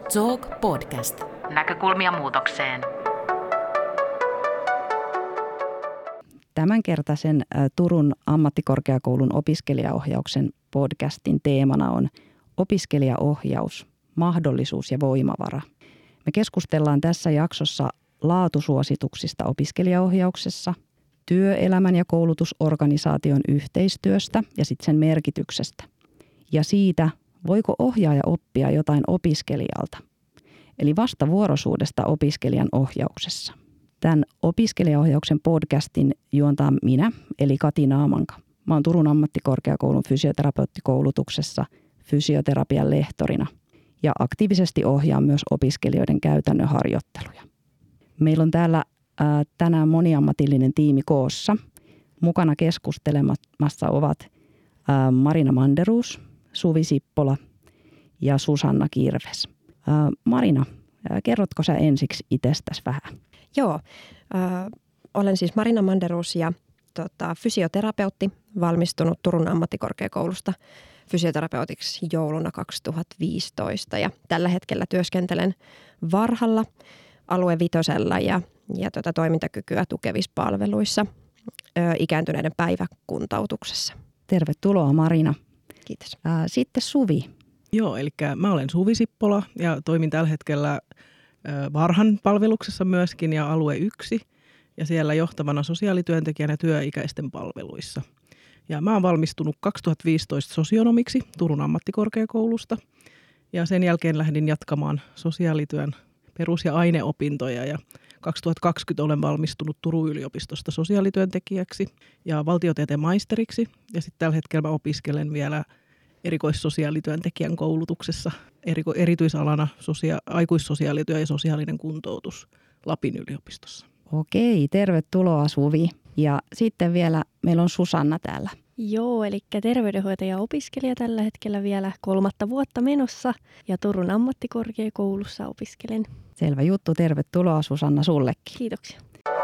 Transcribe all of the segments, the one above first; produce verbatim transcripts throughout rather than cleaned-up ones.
Talk Podcast. Näkökulmia muutokseen. Tämänkertaisen Turun ammattikorkeakoulun opiskelijaohjauksen podcastin teemana on opiskelijaohjaus, mahdollisuus ja voimavara. Me keskustellaan tässä jaksossa laatusuosituksista opiskelijaohjauksessa, työelämän ja koulutusorganisaation yhteistyöstä ja sitten sen merkityksestä. Ja siitä, voiko ohjaaja oppia jotain opiskelijalta, eli vastavuoroisuudesta opiskelijan ohjauksessa. Tämän opiskelijaohjauksen podcastin juontaa minä, eli Kati Naamanka. Mä oon Turun ammattikorkeakoulun fysioterapeuttikoulutuksessa fysioterapian lehtorina ja aktiivisesti ohjaan myös opiskelijoiden käytännön harjoitteluja. Meillä on täällä ää, tänään moniammatillinen tiimi koossa. Mukana keskustelemassa ovat ää, Marina Manderuus, Suvi Sippola ja Susanna Kirves. Ää, Marina, ää, kerrotko sä ensiksi itsestäsi vähän? Joo, äh, olen siis Marina Manderuus ja tota, fysioterapeutti, valmistunut Turun ammattikorkeakoulusta fysioterapeutiksi jouluna kaksituhattaviisitoista. Ja tällä hetkellä työskentelen Varhalla, Alue Vitosella ja, ja tota, toimintakykyä tukevissa palveluissa ö, ikääntyneiden päiväkuntoutuksessa. Tervetuloa Marina. Kiitos. Ää, sitten Suvi. Joo, eli mä olen Suvi Sippola ja toimin tällä hetkellä Varhan palveluksessa myöskin ja Alue yksi ja siellä johtavana sosiaalityöntekijänä työikäisten palveluissa. Ja mä oon valmistunut kaksituhattaviisitoista sosionomiksi Turun ammattikorkeakoulusta ja sen jälkeen lähdin jatkamaan sosiaalityön perus- ja aineopintoja ja kaksituhattakaksikymmentä olen valmistunut Turun yliopistosta sosiaalityöntekijäksi ja valtiotieteen maisteriksi ja sitten tällä hetkellä mä opiskelen vielä erikoissosiaalityöntekijän koulutuksessa eriko, erityisalana sosia, aikuissosiaalityö ja sosiaalinen kuntoutus Lapin yliopistossa. Okei, tervetuloa Suvi. Ja sitten vielä meillä on Susanna täällä. Joo, eli terveydenhoitaja-opiskelija tällä hetkellä vielä kolmatta vuotta menossa ja Turun ammattikorkeakoulussa opiskelen. Selvä juttu, tervetuloa Susanna sullekin. Kiitoksia.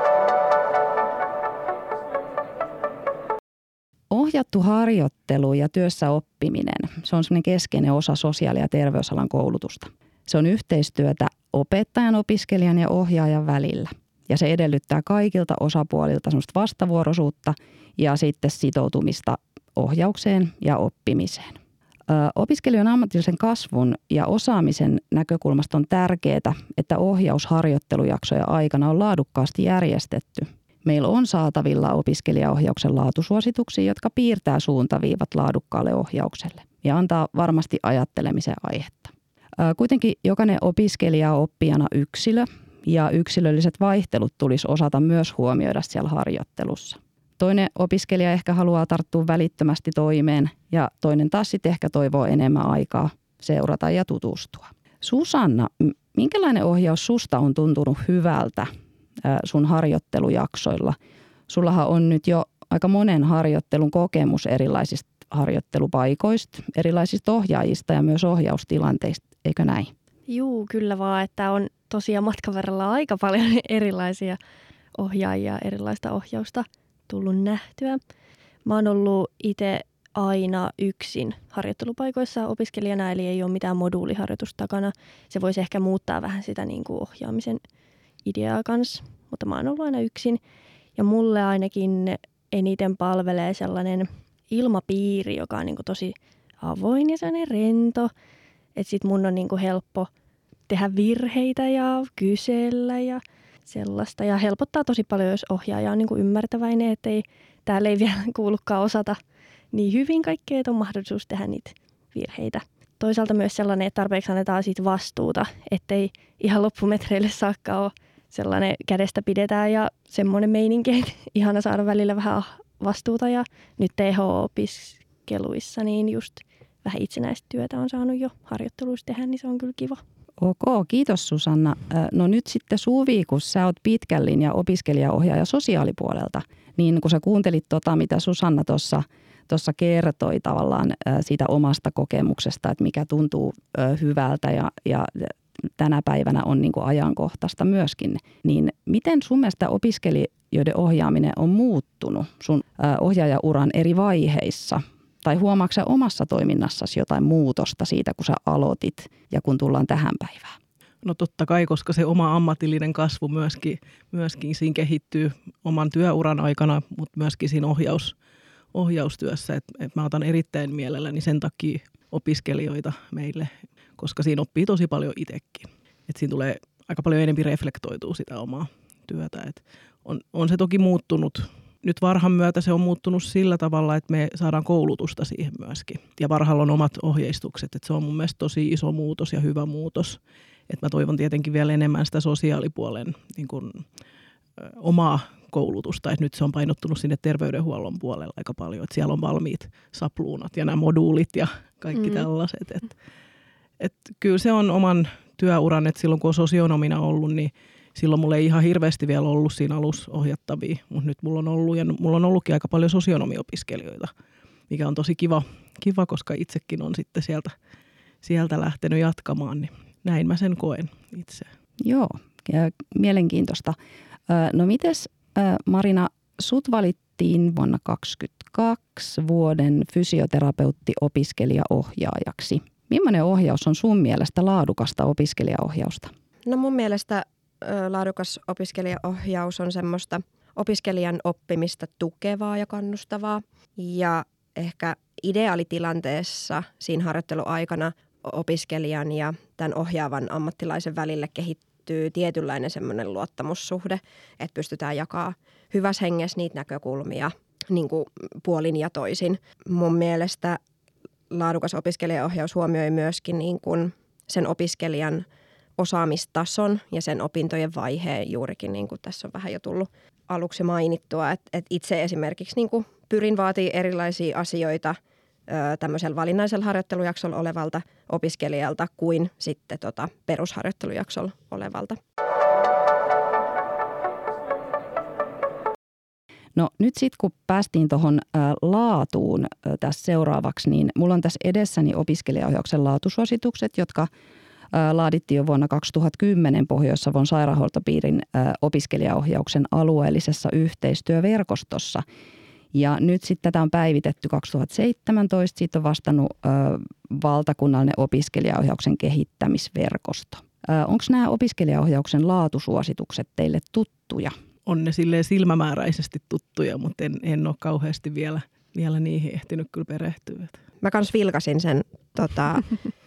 Ohjattu harjoittelu ja työssä oppiminen, se on semmoinen keskeinen osa sosiaali- ja terveysalan koulutusta. Se on yhteistyötä opettajan, opiskelijan ja ohjaajan välillä. Ja se edellyttää kaikilta osapuolilta semmoista vastavuoroisuutta ja sitten sitoutumista ohjaukseen ja oppimiseen. Ö, opiskelijan ammatillisen kasvun ja osaamisen näkökulmasta on tärkeää, että ohjausharjoittelujaksojen aikana on laadukkaasti järjestetty. Meillä on saatavilla opiskelijaohjauksen laatusuosituksia, jotka piirtää suuntaviivat laadukkaalle ohjaukselle ja antaa varmasti ajattelemisen aihetta. Kuitenkin jokainen opiskelija on oppijana yksilö ja yksilölliset vaihtelut tulisi osata myös huomioida siellä harjoittelussa. Toinen opiskelija ehkä haluaa tarttua välittömästi toimeen ja toinen taas sitten ehkä toivoo enemmän aikaa seurata ja tutustua. Susanna, minkälainen ohjaus susta on tuntunut hyvältä sun harjoittelujaksoilla? Sullahan on nyt jo aika monen harjoittelun kokemus erilaisista harjoittelupaikoista, erilaisista ohjaajista ja myös ohjaustilanteista, eikö näin? Juu, kyllä vaan, että on tosiaan matkan varrella aika paljon erilaisia ohjaajia, erilaista ohjausta tullut nähtyä. Mä oon ollut itse aina yksin harjoittelupaikoissa opiskelijana, eli ei ole mitään moduuliharjoitusta takana. Se voisi ehkä muuttaa vähän sitä niin kuin ohjaamisen ideaa kanssa, mutta mä oon ollut aina yksin. Ja mulle ainakin eniten palvelee sellainen ilmapiiri, joka on niin kuin tosi avoin ja sellainen rento. Että sit mun on niin kuin helppo tehdä virheitä ja kysellä ja sellaista. Ja helpottaa tosi paljon, jos ohjaaja on niin kuin ymmärtäväinen, että ei, täällä ei vielä kuulukaan osata niin hyvin kaikkea, että on mahdollisuus tehdä niitä virheitä. Toisaalta myös sellainen, että tarpeeksi annetaan siitä vastuuta, ettei ihan loppumetreille saakka ole sellainen kädestä pidetään ja semmoinen meininki, että ihana saada välillä vähän vastuuta. Ja nyt T H O-opiskeluissa niin just vähän itsenäistä työtä on saanut jo harjoitteluissa tehdä, niin se on kyllä kiva. Ok, kiitos Susanna. No nyt sitten Suvi, kun sä oot pitkän linjan opiskelijaohjaaja sosiaalipuolelta, niin kun sä kuuntelit tota, mitä Susanna tuossa tuossa kertoi tavallaan siitä omasta kokemuksesta, että mikä tuntuu hyvältä ja, ja tänä päivänä on niin kuin ajankohtaista myöskin, niin miten sun mielestä opiskelijoiden ohjaaminen on muuttunut sun ohjaajauran eri vaiheissa? Tai huomaatko sä omassa toiminnassasi jotain muutosta siitä, kun sä aloitit ja kun tullaan tähän päivään? No totta kai, koska se oma ammatillinen kasvu myöskin, myöskin siinä kehittyy oman työuran aikana, mutta myöskin siinä ohjaus, ohjaustyössä. Et, et mä otan erittäin mielelläni sen takia opiskelijoita meille, koska siinä oppii tosi paljon itsekin. Et siinä tulee aika paljon enemmän reflektoituu sitä omaa työtä. Et on, on se toki muuttunut. Nyt Varhan myötä se on muuttunut sillä tavalla, että me saadaan koulutusta siihen myöskin. Ja Varhalla on omat ohjeistukset, että se on mun mielestä tosi iso muutos ja hyvä muutos. Että mä toivon tietenkin vielä enemmän sitä sosiaalipuolen niin kun, ö, omaa koulutusta. Että nyt se on painottunut sinne terveydenhuollon puolella aika paljon. Että siellä on valmiit sapluunat ja nämä moduulit ja kaikki mm. tällaiset. Että et kyllä se on oman työuran, että silloin kun on sosionomina ollut, niin silloin mulla ei ihan hirveästi vielä ollut siinä alussa ohjattavia, mutta nyt mulla on ollut, ja mulla on ollutkin aika paljon sosionomiopiskelijoita, mikä on tosi kiva, kiva koska itsekin on sitten sieltä, sieltä lähtenyt jatkamaan, niin näin mä sen koen itse. Joo, ja mielenkiintoista. No mites Marina, sut valittiin vuonna kaksituhattakaksikymmentäkaksi vuoden fysioterapeutti-opiskelijaohjaajaksi. Millainen ohjaus on sun mielestä laadukasta opiskelijaohjausta? No mun mielestä laadukas opiskelijaohjaus on semmoista opiskelijan oppimista tukevaa ja kannustavaa. Ja ehkä ideaalitilanteessa siinä harjoitteluaikana opiskelijan ja tämän ohjaavan ammattilaisen välille kehittyy tietynlainen semmoinen luottamussuhde, että pystytään jakamaan hyvässä hengessä niitä näkökulmia niin kuin puolin ja toisin. Mun mielestä laadukas opiskelijaohjaus huomioi myöskin niin kuin sen opiskelijan osaamistason ja sen opintojen vaiheen juurikin, niin kuin tässä on vähän jo tullut aluksi mainittua, että, että itse esimerkiksi niin kuin pyrin vaatimaan erilaisia asioita ö, tämmöisellä valinnaisella harjoittelujaksolla olevalta opiskelijalta kuin sitten tota perusharjoittelujaksolla olevalta. No nyt sitten kun päästiin tuohon laatuun ä, tässä seuraavaksi, niin mulla on tässä edessäni opiskelijaohjauksen laatusuositukset, jotka laadittiin jo vuonna kaksituhattakymmenen Pohjois-Savon sairaanhoitopiirin opiskelijaohjauksen alueellisessa yhteistyöverkostossa. Ja nyt sitten tätä on päivitetty kaksituhattaseitsemäntoista, siitä on vastannut valtakunnallinen opiskelijaohjauksen kehittämisverkosto. Onko nämä opiskelijaohjauksen laatusuositukset teille tuttuja? On ne silleen silmämääräisesti tuttuja, mutta en, en ole kauheasti vielä, vielä niihin ehtinyt kyllä perehtyä. Mä kans vilkasin sen tota,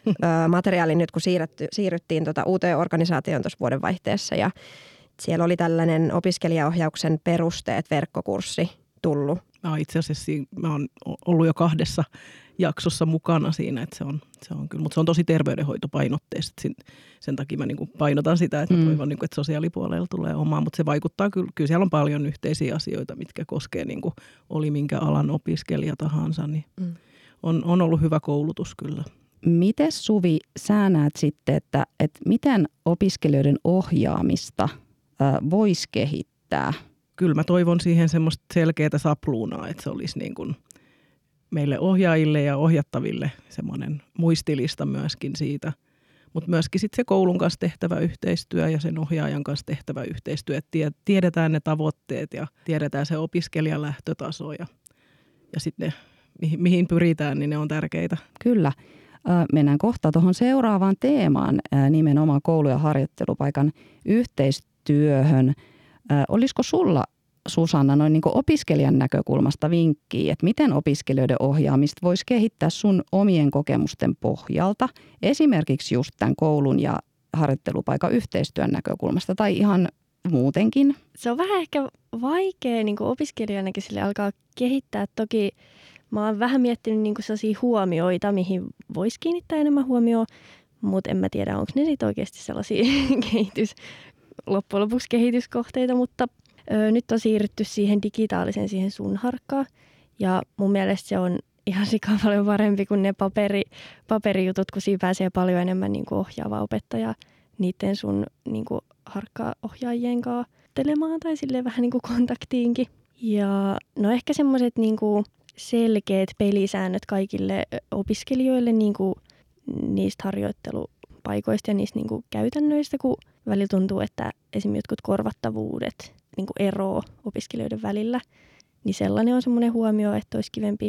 ö, materiaalin nyt, kun siirretty, siirryttiin tota uuteen organisaatioon tuossa vuodenvaihteessa. Ja siellä oli tällainen opiskelijaohjauksen perusteet verkkokurssi tullut. Mä oon itse asiassa mä oon ollut jo kahdessa jaksossa mukana siinä, että se on, se on kyllä, mutta se on tosi terveydenhoitopainotteista. Sen, sen takia mä niin kuin painotan sitä, että mä toivon, niin kuin, että sosiaalipuolella tulee omaa, mutta se vaikuttaa kyllä, kyllä siellä on paljon yhteisiä asioita, mitkä koskee niin kuin oli minkä alan opiskelija tahansa, niin mm. on, on ollut hyvä koulutus kyllä. Mites Suvi, sä näet sitten, että, että miten opiskelijoiden ohjaamista voisi kehittää? Kyllä mä toivon siihen semmoista selkeää sapluunaa, että se olisi niin kuin meille ohjaajille ja ohjattaville semmoinen muistilista myöskin siitä. Mutta myöskin sitten se koulun kanssa tehtävä yhteistyö ja sen ohjaajan kanssa tehtävä yhteistyö, että tiedetään ne tavoitteet ja tiedetään se opiskelijan lähtötaso ja, ja sitten ne, mihin, mihin pyritään, niin ne on tärkeitä. Kyllä. Mennään kohta tuohon seuraavaan teemaan, nimenomaan koulu- ja harjoittelupaikan yhteistyöhön. Olisiko sulla, Susanna, noin niin kuin opiskelijan näkökulmasta vinkkiä, että miten opiskelijoiden ohjaamista voisi kehittää sun omien kokemusten pohjalta, esimerkiksi just tämän koulun ja harjoittelupaikan yhteistyön näkökulmasta tai ihan muutenkin? Se on vähän ehkä vaikea niin kuin opiskelijanakin sille alkaa kehittää. Toki mä oon vähän miettinyt niin kuin sellaisia huomioita, mihin voisi kiinnittää enemmän huomioon, mutta en mä tiedä, onko ne sitten oikeasti sellaisia kehitys, loppujen lopuksi kehityskohteita, mutta ö, nyt on siirrytty siihen digitaaliseen, siihen sunharkkaan. Ja mun mielestä se on ihan sikaa paljon parempi kuin ne paperi, paperijutut, kun siinä pääsee paljon enemmän niin kuin ohjaava opettaja niiden sun niin kuin harkkaohjaajien kanssa telemaan tai silleen vähän niin kuin kontaktiinkin. Ja no ehkä semmoiset niin kuin selkeät pelisäännöt kaikille opiskelijoille niin kuin niistä harjoittelupaikoista ja niistä niin kuin käytännöistä, kun välillä tuntuu, että esimerkiksi jotkut korvattavuudet niin kuin eroo opiskelijoiden välillä, niin sellainen on semmoinen huomio, että olisi kivempi.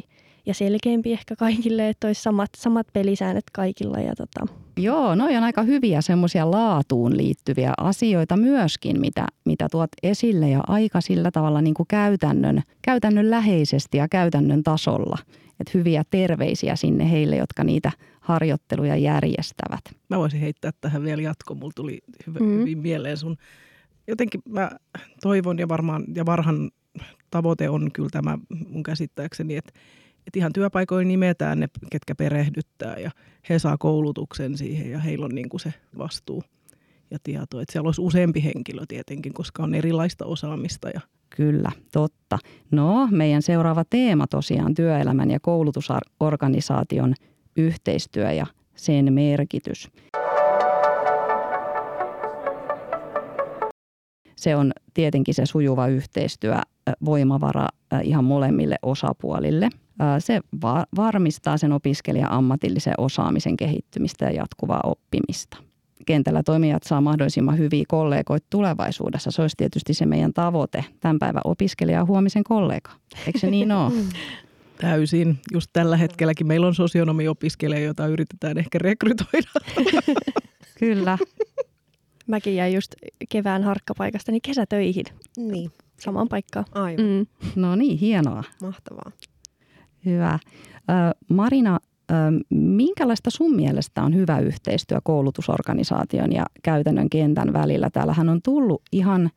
ja selkeämpi ehkä kaikille, että olisi samat, samat pelisäännöt kaikilla. Ja tota. Joo, noi on aika hyviä semmoisia laatuun liittyviä asioita myöskin, mitä, mitä tuot esille ja aika sillä tavalla niin kuin käytännön, käytännön läheisesti ja käytännön tasolla. Että hyviä terveisiä sinne heille, jotka niitä harjoitteluja järjestävät. Mä voisin heittää tähän vielä jatko. Mulla tuli hyvin, Mm. hyvin mieleen sun. Jotenkin mä toivon ja varmaan, ja varhan tavoite on kyllä tämä mun käsittääkseni, että, että ihan työpaikoilla nimetään ne, ketkä perehdyttää ja he saa koulutuksen siihen ja heillä on niin kuin se vastuu ja tieto. Että siellä olisi useampi henkilö tietenkin, koska on erilaista osaamista. Ja Kyllä, totta. No, meidän seuraava teema tosiaan työelämän ja koulutusorganisaation yhteistyö ja sen merkitys. Se on tietenkin se sujuva yhteistyö, voimavara ihan molemmille osapuolille. Se va- varmistaa sen opiskelijan ammatillisen osaamisen kehittymistä ja jatkuvaa oppimista. Kentällä toimijat saa mahdollisimman hyviä kollegoita tulevaisuudessa. Se olisi tietysti se meidän tavoite. Tämän päivän opiskelija on huomisen kollega. Eikö se niin ole? täysin. Just tällä hetkelläkin meillä on sosionomiopiskelija, jota yritetään ehkä rekrytoida. Kyllä. Mäkin jäin just kevään harkkapaikasta niin kesätöihin Niin, samaan paikkaan. aivan. Mm. No niin, hienoa. Mahtavaa. Hyvä. Marina, minkälaista sun mielestä on hyvä yhteistyö koulutusorganisaation ja käytännön kentän välillä? Täällähän on tullut ihan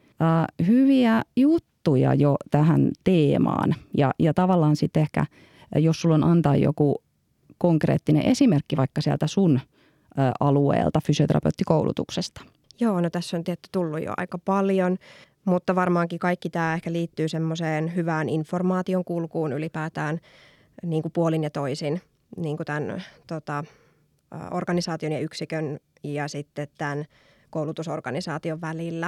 hyviä juttuja jo tähän teemaan. Ja, ja tavallaan sitten ehkä, jos sulla on antaa joku konkreettinen esimerkki vaikka sieltä sun alueelta fysioterapeuttikoulutuksesta. Joo, no tässä on tietty tullut jo aika paljon, mutta varmaankin kaikki tämä ehkä liittyy semmoiseen hyvään informaation kulkuun ylipäätään niin kuin puolin ja toisin, niin kuin tämän tota, organisaation ja yksikön ja sitten tämän koulutusorganisaation välillä.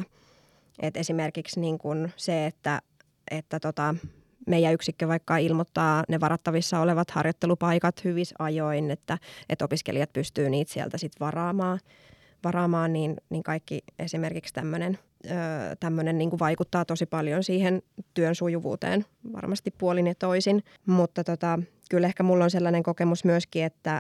Et esimerkiksi niin kuin se, että, että tota, meidän yksikkö vaikka ilmoittaa ne varattavissa olevat harjoittelupaikat hyvissä ajoin, että, että opiskelijat pystyy niitä sieltä sitten varaamaan, varaamaan niin, niin kaikki esimerkiksi tämmöinen tämmöinen niin kuin vaikuttaa tosi paljon siihen työn sujuvuuteen varmasti puolin ja toisin. Mutta tota, kyllä ehkä mulla on sellainen kokemus myöskin, että,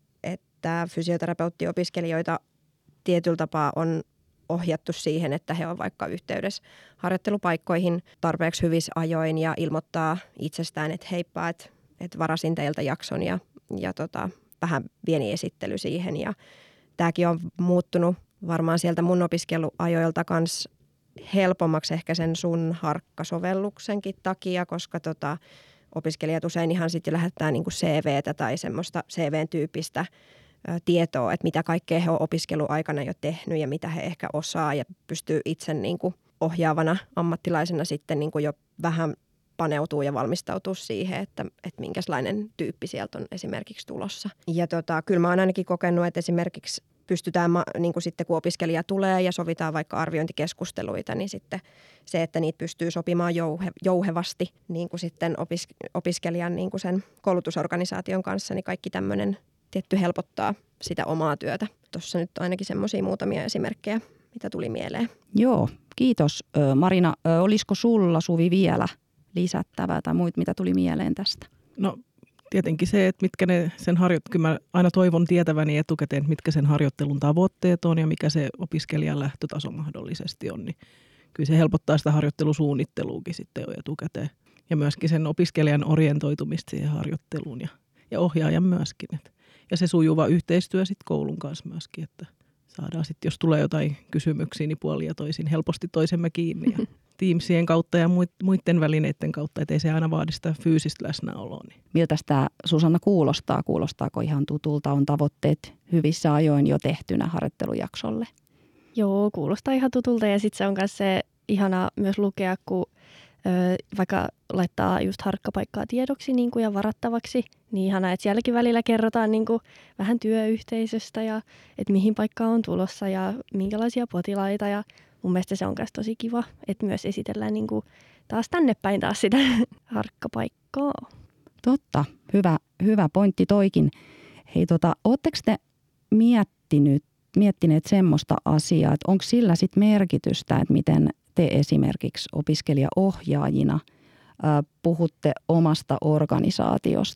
että fysioterapeuttiopiskelijoita tietyllä tapaa on ohjattu siihen, että he on vaikka yhteydessä harjoittelupaikkoihin tarpeeksi hyvissä ajoin ja ilmoittaa itsestään, että heippa, että, että varasin teiltä jakson ja, ja tota, vähän pieni esittely siihen. Ja tämäkin on muuttunut varmaan sieltä mun opiskeluajoilta kanssa helpommaksi ehkä sen sun harkkasovelluksenkin takia, koska tota, opiskelijat usein ihan sitten lähettää niinku C V:tä tai semmoista C V:n-tyyppistä ä, tietoa, että mitä kaikkea he on opiskeluaikana jo tehnyt ja mitä he ehkä osaa ja pystyy itse niinku ohjaavana ammattilaisena sitten niinku jo vähän paneutuu ja valmistautuu siihen, että, että minkälainen tyyppi sieltä on esimerkiksi tulossa. Ja tota, kyllä mä oon ainakin kokenut, että esimerkiksi pystytään, niin kuin sitten kun opiskelija tulee ja sovitaan vaikka arviointikeskusteluita, niin sitten se, että niitä pystyy sopimaan jouhe, jouhevasti niin kuin sitten opis, opiskelijan niin kuin sen koulutusorganisaation kanssa, niin kaikki tämmöinen tietty helpottaa sitä omaa työtä. Tuossa nyt ainakin semmoisia muutamia esimerkkejä, mitä tuli mieleen. Joo, kiitos Marina. Olisiko sulla, Suvi, vielä lisättävää tai muita, mitä tuli mieleen tästä? No tietenkin se, että mitkä ne sen harjoit- kyllä mä aina toivon tietäväni etukäteen, että mitkä sen harjoittelun tavoitteet on ja mikä se opiskelijan lähtötaso mahdollisesti on, niin kyllä se helpottaa sitä harjoittelusuunnitteluukin sitten jo etukäteen. Ja myöskin sen opiskelijan orientoitumista siihen harjoitteluun ja, ja ohjaajan myöskin. Et, ja se sujuva yhteistyö sitten koulun kanssa myöskin, että saadaan sitten, jos tulee jotain kysymyksiä, niin puolin ja toisin helposti toisemme kiinni ja Teamsien kautta ja muiden välineiden kautta, ettei se aina vaadi sitä fyysistä läsnäoloa. Niin. Miltä tämä, Susanna, kuulostaa? Kuulostaako ihan tutulta? On tavoitteet hyvissä ajoin jo tehtynä harjoittelujaksolle? Joo, kuulostaa ihan tutulta ja sitten se on myös se ihana myös lukea, kun ö, vaikka laittaa just harkkapaikkaa tiedoksi niin kuin ja varattavaksi, niin ihana, että sielläkin välillä kerrotaan niin kuin vähän työyhteisöstä ja että mihin paikkaan on tulossa ja minkälaisia potilaita ja mun mielestä se on myös tosi kiva, että myös esitellään niin kuin taas tänne päin taas sitä harkkapaikkaa. Totta, hyvä, hyvä pointti toikin. Hei, tota, ootteko te miettinyt, miettineet semmoista asiaa, että onko sillä sit merkitystä, että miten te esimerkiksi opiskelijaohjaajina ää, puhutte omasta organisaatiosta?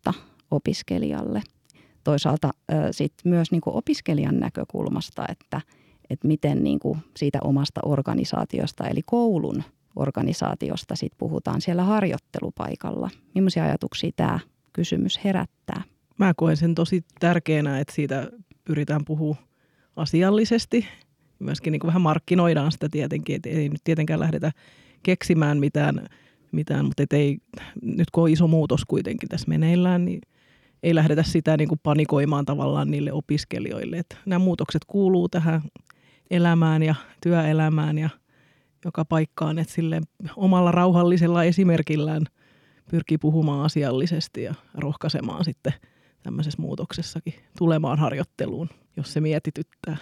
opiskelijalle. Toisaalta sitten myös niin kuin opiskelijan näkökulmasta, että, että miten niin kuin siitä omasta organisaatiosta eli koulun organisaatiosta sit puhutaan siellä harjoittelupaikalla. Millaisia ajatuksia tämä kysymys herättää? Mä koen sen tosi tärkeänä, että siitä pyritään puhumaan asiallisesti. Myöskin niin kuin vähän markkinoidaan sitä tietenkin, että ei nyt tietenkään lähdetä keksimään mitään, mitään mutta ei, nyt kun on iso muutos kuitenkin tässä meneillään, niin ei lähdetä sitä niin kuin panikoimaan tavallaan niille opiskelijoille. Että nämä muutokset kuuluu tähän elämään ja työelämään ja joka paikkaan, että sille omalla rauhallisella esimerkillään pyrkii puhumaan asiallisesti ja rohkaisemaan sitten tämmöisessä muutoksessakin tulemaan harjoitteluun, jos se mietityttää.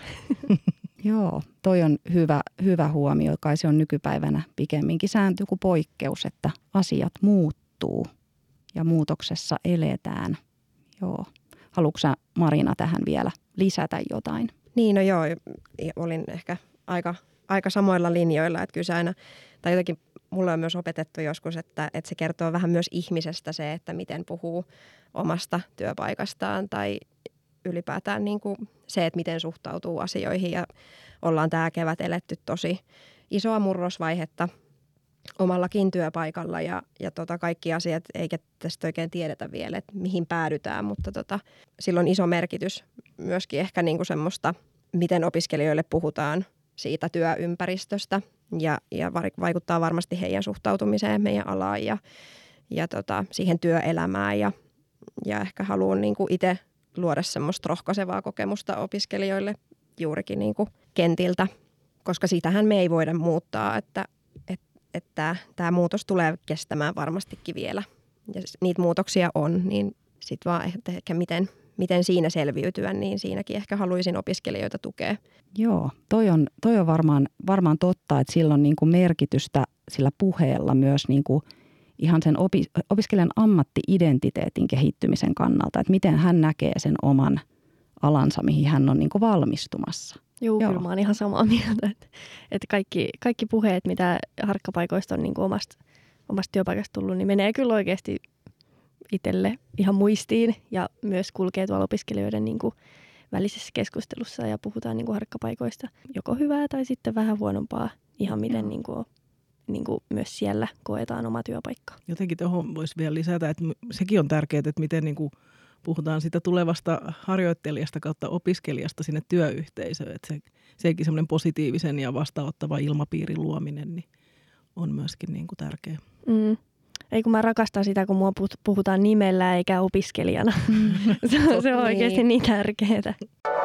Joo, toi on hyvä, hyvä huomio. Kai se on nykypäivänä pikemminkin sääntö kuin poikkeus, että asiat muuttuu ja muutoksessa eletään. Joo. Haluatko sä, Marina, tähän vielä lisätä jotain? Niin, no joo, olin ehkä aika, aika samoilla linjoilla, että kyllä se aina, tai jotenkin mulle on myös opetettu joskus, että, että se kertoo vähän myös ihmisestä se, että miten puhuu omasta työpaikastaan tai ylipäätään niin kuin se, että miten suhtautuu asioihin ja ollaan tämä kevät eletty tosi isoa murrosvaihetta omallakin työpaikalla ja, ja tota kaikki asiat, eikä tästä oikein tiedetä vielä, että mihin päädytään, mutta tota, sillä on iso merkitys myöskin ehkä niin kuin semmoista, miten opiskelijoille puhutaan siitä työympäristöstä ja, ja vaikuttaa varmasti heidän suhtautumiseen meidän alaan ja, ja tota, siihen työelämään ja, ja ehkä haluan niin kuin itse luoda semmoista rohkaisevaa kokemusta opiskelijoille juurikin niin kuin kentiltä, koska sitähän me ei voida muuttaa, että että tämä muutos tulee kestämään varmastikin vielä. Ja niitä muutoksia on, niin sitten vaan ehkä miten, miten siinä selviytyä, niin siinäkin ehkä haluaisin opiskelijoita tukea. Joo, toi on, toi on varmaan, varmaan totta, että sillä on niin kuin merkitystä sillä puheella myös niin kuin ihan sen opi, opiskelijan ammatti-identiteetin kehittymisen kannalta, että miten hän näkee sen oman alansa, mihin hän on niin kuin valmistumassa. Joo, Joo, kyllä mä oon ihan samaa mieltä, että, että kaikki, kaikki puheet, mitä harkkapaikoista on niin kuin omasta, omasta työpaikasta tullut, niin menee kyllä oikeasti itselle ihan muistiin ja myös kulkee tuolla opiskelijoiden niin kuin välisessä keskustelussa ja puhutaan niin kuin harkkapaikoista joko hyvää tai sitten vähän huonompaa, ihan miten niin kuin, niin kuin myös siellä koetaan oma työpaikka. Jotenkin tuohon voisi vielä lisätä, että sekin on tärkeää, että miten niin kuin puhutaan sitä tulevasta harjoittelijasta kautta opiskelijasta sinne työyhteisöön. Että se, sekin semmoinen positiivisen ja vastaanottava ilmapiirin luominen niin on myöskin niin kuin tärkeä. Mm. Ei kun mä rakastan sitä, kun mua puhutaan nimellä eikä opiskelijana. Mm. se, se on oikeasti niin tärkeää.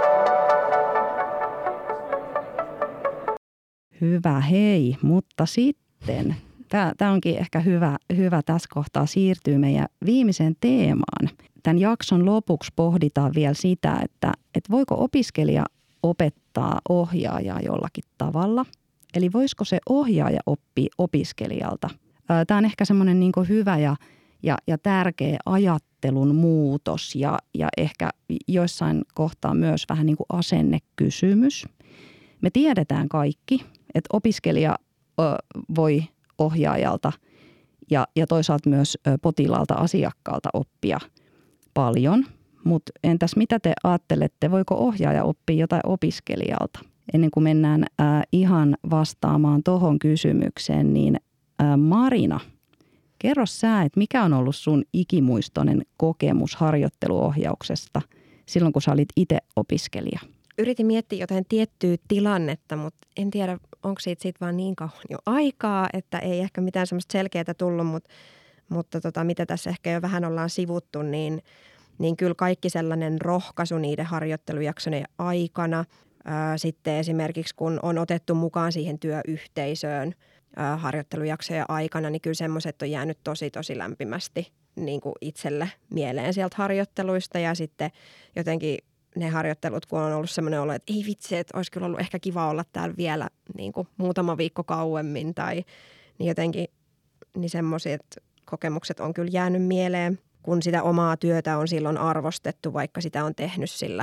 Hyvä, hei, mutta sitten tämä onkin ehkä hyvä, hyvä tässä kohtaa siirtyy meidän viimeiseen teemaan. Tämän jakson lopuksi pohditaan vielä sitä, että, että voiko opiskelija opettaa ohjaajaa jollakin tavalla. Eli voisiko se ohjaaja oppia opiskelijalta. Tämä on ehkä semmoinen niin kuin hyvä ja, ja, ja tärkeä ajattelun muutos ja, ja ehkä joissain kohtaa myös vähän niin kuin asennekysymys. Me tiedetään kaikki, että opiskelija ö, voi ohjaajalta ja, ja toisaalta myös potilaalta, asiakkaalta oppia paljon. Mutta entäs mitä te ajattelette, voiko ohjaaja oppia jotain opiskelijalta? Ennen kuin mennään ää, ihan vastaamaan tuohon kysymykseen, niin ää, Marina, kerro sä, että mikä on ollut sun ikimuistoinen kokemus harjoitteluohjauksesta silloin, kun sä olit itse opiskelija? Yritin miettiä jotain tiettyä tilannetta, mutta en tiedä, onko siitä, siitä vaan niin kauan jo aikaa, että ei ehkä mitään semmoista selkeää tullut, mutta, mutta tota, mitä tässä ehkä jo vähän ollaan sivuttu, niin, niin kyllä kaikki sellainen rohkaisu niiden harjoittelujaksojen aikana. Ää, sitten esimerkiksi kun on otettu mukaan siihen työyhteisöön ää, harjoittelujaksojen aikana, niin kyllä semmoiset on jäänyt tosi tosi lämpimästi niin kuin itselle mieleen sieltä harjoitteluista ja sitten jotenkin ne harjoittelut, kun on ollut semmoinen olo, että ei vitsi, että olisi kyllä ollut ehkä kiva olla täällä vielä niin kuin muutama viikko kauemmin tai niin jotenkin niin semmoiset kokemukset on kyllä jäänyt mieleen, kun sitä omaa työtä on silloin arvostettu, vaikka sitä on tehnyt sillä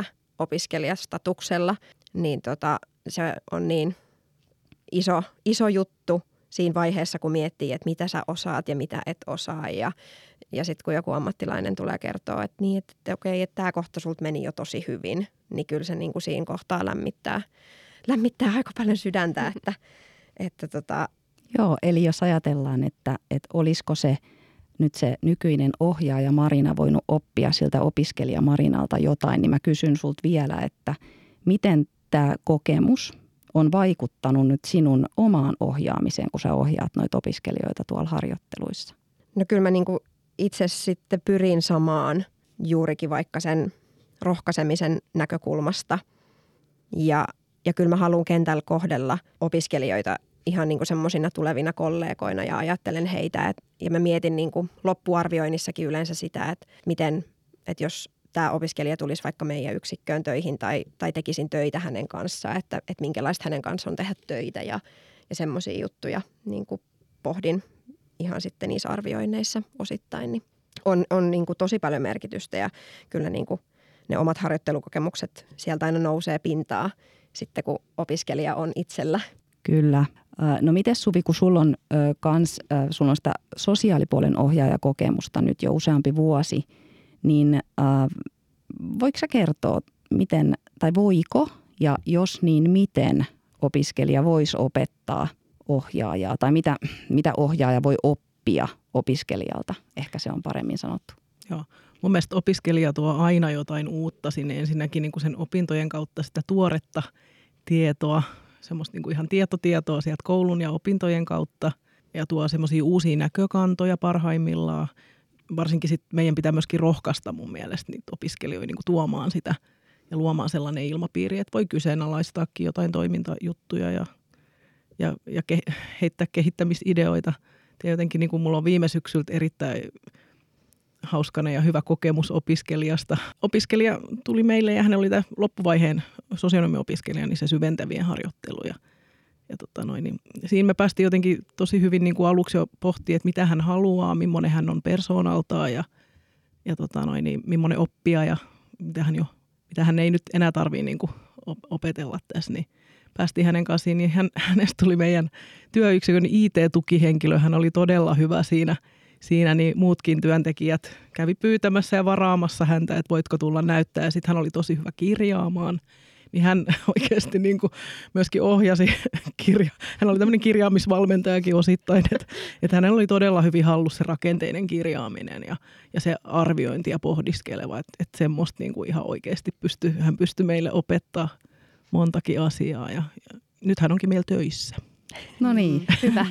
opiskelijastatuksella, niin tota, se on niin iso, iso juttu siinä vaiheessa, kun miettii, että mitä sä osaat ja mitä et osaa. Ja, ja sitten kun joku ammattilainen tulee kertoa, että niin, että, että okei, että tämä kohta sulta meni jo tosi hyvin, niin kyllä se niin kuin siinä kohtaa lämmittää, lämmittää aika paljon sydäntä, että, että tota... Joo, eli jos ajatellaan, että, että olisiko se nyt se nykyinen ohjaaja Marina voinut oppia siltä opiskelija Marinalta jotain, niin mä kysyn sulta vielä, että miten tämä kokemus on vaikuttanut nyt sinun omaan ohjaamiseen, kun sä ohjaat noita opiskelijoita tuolla harjoitteluissa? No kyllä mä niinku itse sitten pyrin samaan juurikin vaikka sen rohkaisemisen näkökulmasta. Ja, ja kyllä mä haluan kentällä kohdella opiskelijoita ihan niinku semmoisina tulevina kollegoina ja ajattelen heitä. Et, ja mä mietin niinku loppuarvioinnissakin yleensä sitä, että miten, että jos tämä opiskelija tulisi vaikka meidän yksikköön töihin tai, tai tekisin töitä hänen kanssaan, että, että minkälaista hänen kanssa on tehdä töitä ja, ja semmoisia juttuja niin kuin pohdin ihan sitten niissä arvioinneissa osittain, niin on, on niin kuin tosi paljon merkitystä ja kyllä niin kuin ne omat harjoittelukokemukset sieltä aina nousee pintaa sitten, kun opiskelija on itsellä. Kyllä. No miten Suvi, kun sulla on, kans, sulla on sitä sosiaalipuolen ohjaajakokemusta nyt jo useampi vuosi, niin äh, voiko sä kertoa, miten tai voiko ja jos niin miten opiskelija voisi opettaa ohjaajaa tai mitä, mitä ohjaaja voi oppia opiskelijalta? Ehkä se on paremmin sanottu. Joo. Mun mielestä opiskelija tuo aina jotain uutta sinne. Ensinnäkin niin kuin sen opintojen kautta sitä tuoretta tietoa, semmoista niin kuin ihan tietotietoa sieltä koulun ja opintojen kautta ja tuo semmoisia uusia näkökantoja parhaimmillaan. Varsinkin sit meidän pitää myöskin rohkaista mun mielestä niitä opiskelijoita niin kuin tuomaan sitä ja luomaan sellainen ilmapiiri, että voi kyseenalaistaakin jotain toimintajuttuja ja, ja, ja ke, heittää kehittämisideoita. Ja jotenkin niin kuin mulla on viime syksyltä erittäin hauskana ja hyvä kokemus opiskelijasta. Opiskelija tuli meille ja hän oli tämä loppuvaiheen sosionomiopiskelija, niin se syventävien harjoitteluja. Ja tota noin, niin siinä me päästiin jotenkin tosi hyvin niin kuin aluksi jo pohtimaan, että mitä hän haluaa, millainen hän on persoonaltaan ja, ja tota noin, niin millainen oppija ja mitä hän, jo, mitä hän ei nyt enää tarvitse niin kuin opetella tässä. Niin päästiin hänen kanssaan, niin hän, hänestä tuli meidän työyksikön I T-tukihenkilö. Hän oli todella hyvä siinä, siinä niin muutkin työntekijät kävi pyytämässä ja varaamassa häntä, että voitko tulla näyttää. Ja sitten hän oli tosi hyvä kirjaamaan. Niin hän oikeasti niin kuin myöskin ohjasi kirja. Hän oli tämmöinen kirjaamisvalmentajakin osittain, että, että hänellä oli todella hyvin hallussa se rakenteinen kirjaaminen ja, ja se arviointi ja pohdiskeleva, että, että semmoista niin kuin ihan oikeasti pystyi, hän pystyi meille opettaa montakin asiaa ja, ja nyt hän onkin meillä töissä. No niin, hyvä.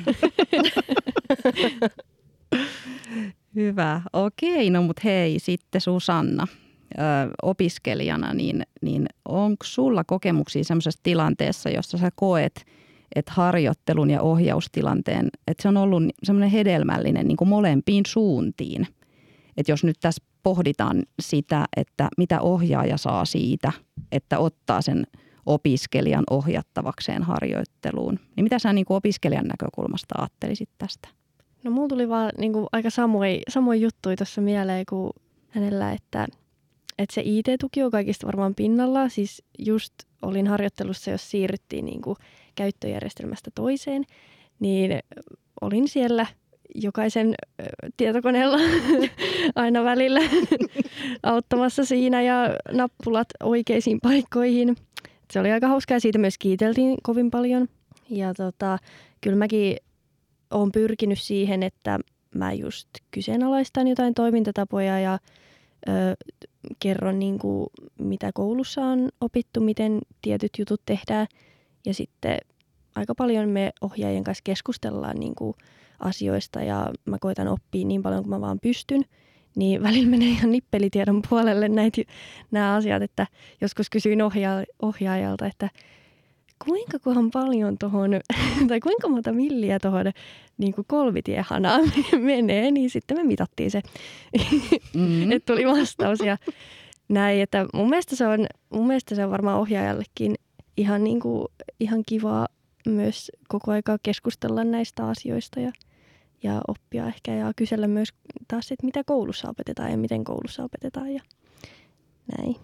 Hyvä, okei, no mut hei sitten Susanna. Ö, opiskelijana, niin, niin onko sulla kokemuksia semmoisessa tilanteessa, jossa sä koet, että harjoittelun ja ohjaustilanteen, että se on ollut semmoinen hedelmällinen niin kuin molempiin suuntiin. Että jos nyt tässä pohditaan sitä, että mitä ohjaaja saa siitä, että ottaa sen opiskelijan ohjattavakseen harjoitteluun, niin mitä sä niin kuin opiskelijan näkökulmasta ajattelisit tästä? No mulla tuli vaan niin kuin aika samoja, samoja juttuja tuossa mieleen kuin hänellä, että Että se I T-tuki on kaikista varmaan pinnalla. Siis just olin harjoittelussa, jos siirryttiin niin kuin käyttöjärjestelmästä toiseen, niin olin siellä jokaisen tietokoneella aina välillä auttamassa siinä ja nappulat oikeisiin paikkoihin. Se oli aika hauskaa ja siitä myös kiiteltiin kovin paljon. Ja tota, kyllä mäkin olen pyrkinyt siihen, että mä just kyseenalaistan jotain toimintatapoja ja Ö, kerron, niin kuin, mitä koulussa on opittu, miten tietyt jutut tehdään. Ja sitten aika paljon me ohjaajien kanssa keskustellaan niin kuin, asioista ja mä koitan oppia niin paljon kuin mä vaan pystyn. Niin välillä menee ihan nippelitiedon puolelle näitä, nämä asiat, että joskus kysyin ohjaa, ohjaajalta, että kuinka kohan paljon tuohon, tai kuinka monta milliä tuohon niin kolmitiehanaan menee, niin sitten me mitattiin se, mm-hmm. että tuli vastaus ja näin, että mun mielestä se on, mun mielestä se on varmaan ohjaajallekin ihan, niin kuin, ihan kivaa myös koko aika keskustella näistä asioista ja, ja oppia ehkä ja kysellä myös taas, että mitä koulussa opetetaan ja miten koulussa opetetaan ja näin.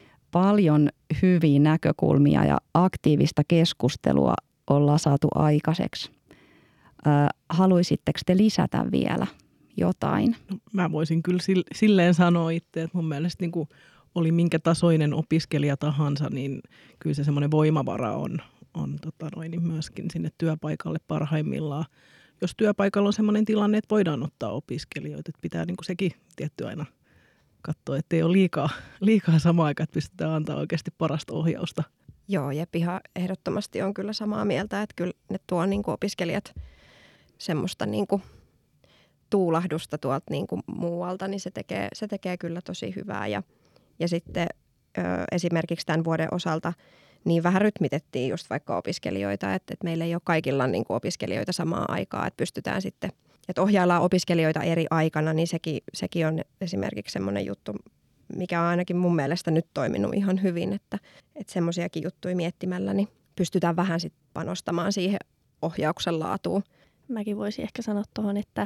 Paljon hyviä näkökulmia ja aktiivista keskustelua ollaan saatu aikaiseksi. haluaisitteko te lisätä vielä jotain? No, mä voisin kyllä silleen sanoa itse, että mun mielestä niin kuin oli minkä tasoinen opiskelija tahansa, niin kyllä se semmoinen voimavara on, on tota noin, niin myöskin sinne työpaikalle parhaimmillaan. Jos työpaikalla on semmoinen tilanne, että voidaan ottaa opiskelijoita, että pitää niin kuin sekin tietty aina katsoa, ettei ole liikaa, liikaa samaan aikaan, että pystytään antaa oikeasti parasta ohjausta. Joo, jep, ihan ehdottomasti on kyllä samaa mieltä, että kyllä ne tuo niin kuin opiskelijat semmoista niin kuin tuulahdusta tuolta niin kuin muualta, niin se tekee, se tekee kyllä tosi hyvää. Ja, ja sitten ö, esimerkiksi tämän vuoden osalta niin vähän rytmitettiin just vaikka opiskelijoita, että, että meillä ei ole kaikilla niin kuin opiskelijoita samaan aikaan, että pystytään sitten, että ohjaillaan opiskelijoita eri aikana, niin sekin, sekin on esimerkiksi semmoinen juttu, mikä on ainakin mun mielestä nyt toiminut ihan hyvin, että, että semmoisiakin juttuja miettimällä niin pystytään vähän sitten panostamaan siihen ohjauksen laatuun. Mäkin voisin ehkä sanoa tuohon, että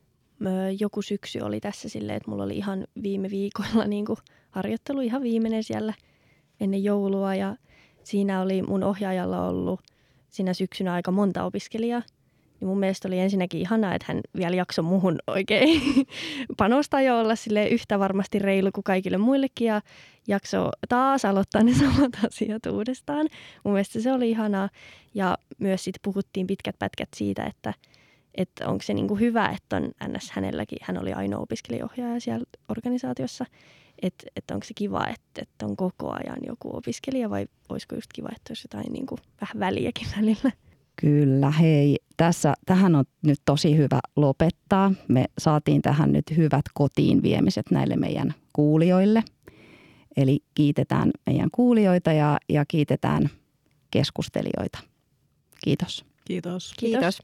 joku syksy oli tässä silleen, että mulla oli ihan viime viikolla niin kuin harjoittelu ihan viimeinen siellä ennen joulua ja siinä oli mun ohjaajalla ollut siinä syksynä aika monta opiskelijaa. Niin mun mielestä oli ensinnäkin ihanaa, että hän vielä jaksoi muhun oikein panostaa ja olla silleen yhtä varmasti reilu kuin kaikille muillekin ja jaksoi taas aloittaa ne samat asiat uudestaan. Mun mielestä se oli ihanaa ja myös sitten puhuttiin pitkät pätkät siitä, että, että onko se niinku hyvä, että on ns. Hänelläkin, hän oli ainoa opiskelijaohjaaja siellä organisaatiossa, että, että onko se kiva, että, että on koko ajan joku opiskelija vai olisiko just kiva, että olisi jotain niinku vähän väliäkin välillä. Kyllä, hei. Tässä, tähän on nyt tosi hyvä lopettaa. Me saatiin tähän nyt hyvät kotiin viemiset näille meidän kuulijoille. Eli kiitetään meidän kuulijoita ja, ja kiitetään keskustelijoita. Kiitos. Kiitos. Kiitos.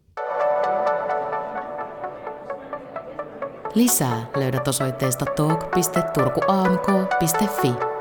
Lisää löydät osoitteesta talk piste turku a m k piste f i.